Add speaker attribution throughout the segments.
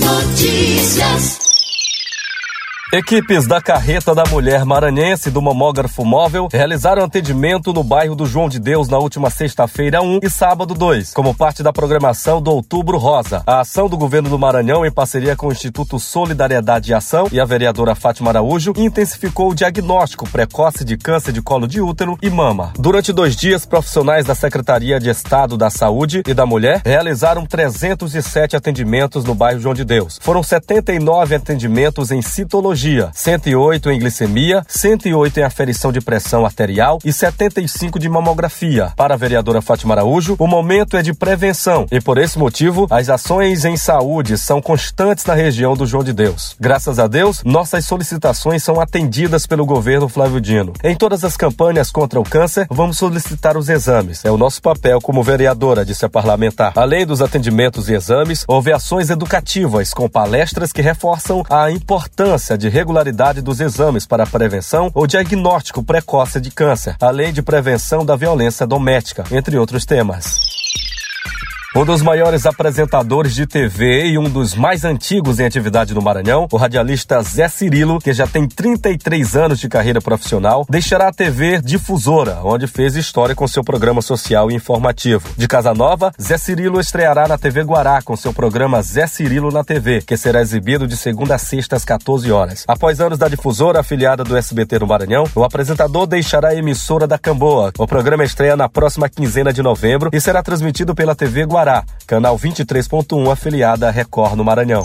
Speaker 1: Notícias.
Speaker 2: Equipes da Carreta da Mulher Maranhense e do Mamógrafo Móvel realizaram atendimento no bairro do João de Deus na última sexta-feira 1 e sábado 2, como parte da programação do Outubro Rosa. A ação do governo do Maranhão, em parceria com o Instituto Solidariedade e Ação e a vereadora Fátima Araújo, intensificou o diagnóstico precoce de câncer de colo de útero e mama. Durante 2 dias, profissionais da Secretaria de Estado da Saúde e da Mulher realizaram 307 atendimentos no bairro João de Deus. Foram 79 atendimentos em citologia, 108 em glicemia, 108 em aferição de pressão arterial e 75 de mamografia. Para a vereadora Fátima Araújo, o momento é de prevenção e, por esse motivo, as ações em saúde são constantes na região do João de Deus. Graças a Deus, nossas solicitações são atendidas pelo governo Flávio Dino. Em todas as campanhas contra o câncer, vamos solicitar os exames. É o nosso papel como vereadora, disse a parlamentar. Além dos atendimentos e exames, houve ações educativas com palestras que reforçam a importância de regularidade dos exames para a prevenção ou diagnóstico precoce de câncer, além de prevenção da violência doméstica, entre outros temas. Um dos maiores apresentadores de TV e um dos mais antigos em atividade no Maranhão, o radialista Zé Cirilo, que já tem 33 anos de carreira profissional, deixará a TV Difusora, onde fez história com seu programa social e informativo. De Casa Nova, Zé Cirilo estreará na TV Guará com seu programa Zé Cirilo na TV, que será exibido de segunda a sexta às 14 horas. Após anos da Difusora, afiliada do SBT no Maranhão, o apresentador deixará a emissora da Camboa. O programa estreia na próxima quinzena de novembro e será transmitido pela TV Guará, canal 23.1, afiliada à Record no Maranhão.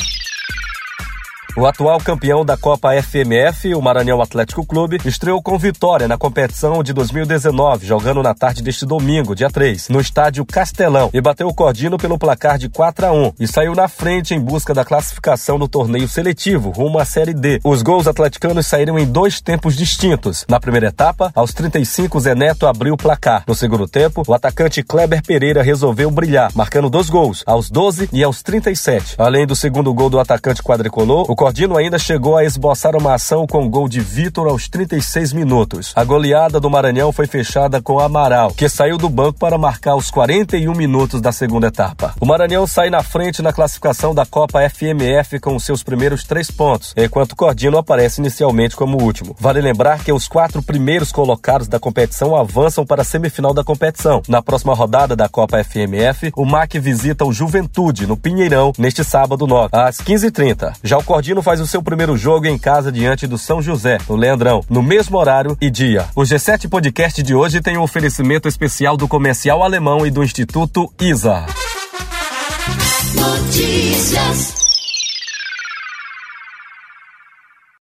Speaker 2: O atual campeão da Copa FMF, o Maranhão Atlético Clube, estreou com vitória na competição de 2019, jogando na tarde deste domingo, dia 3, no estádio Castelão, e bateu o Cordino pelo placar de 4-1 e saiu na frente em busca da classificação no torneio seletivo, rumo à Série D. Os gols atleticanos saíram em 2 tempos distintos. Na primeira etapa, aos 35, Zé Neto abriu o placar. No segundo tempo, o atacante Kleber Pereira resolveu brilhar, marcando 2 gols, aos 12 e aos 37. Além do segundo gol do atacante quadricolor, o Cordino ainda chegou a esboçar uma ação com o gol de Vitor aos 36 minutos. A goleada do Maranhão foi fechada com Amaral, que saiu do banco para marcar os 41 minutos da segunda etapa. O Maranhão sai na frente na classificação da Copa FMF com os seus primeiros 3 pontos, enquanto o Cordino aparece inicialmente como último. Vale lembrar que os 4 primeiros colocados da competição avançam para a semifinal da competição. Na próxima rodada da Copa FMF, o MAC visita o Juventude, no Pinheirão, neste sábado 9, às 15h30. Já o Cordino faz o seu primeiro jogo em casa diante do São José, no Leandrão, no mesmo horário e dia. O G7 Podcast de hoje tem um oferecimento especial do Comercial Alemão e do Instituto ISA.
Speaker 1: Notícias.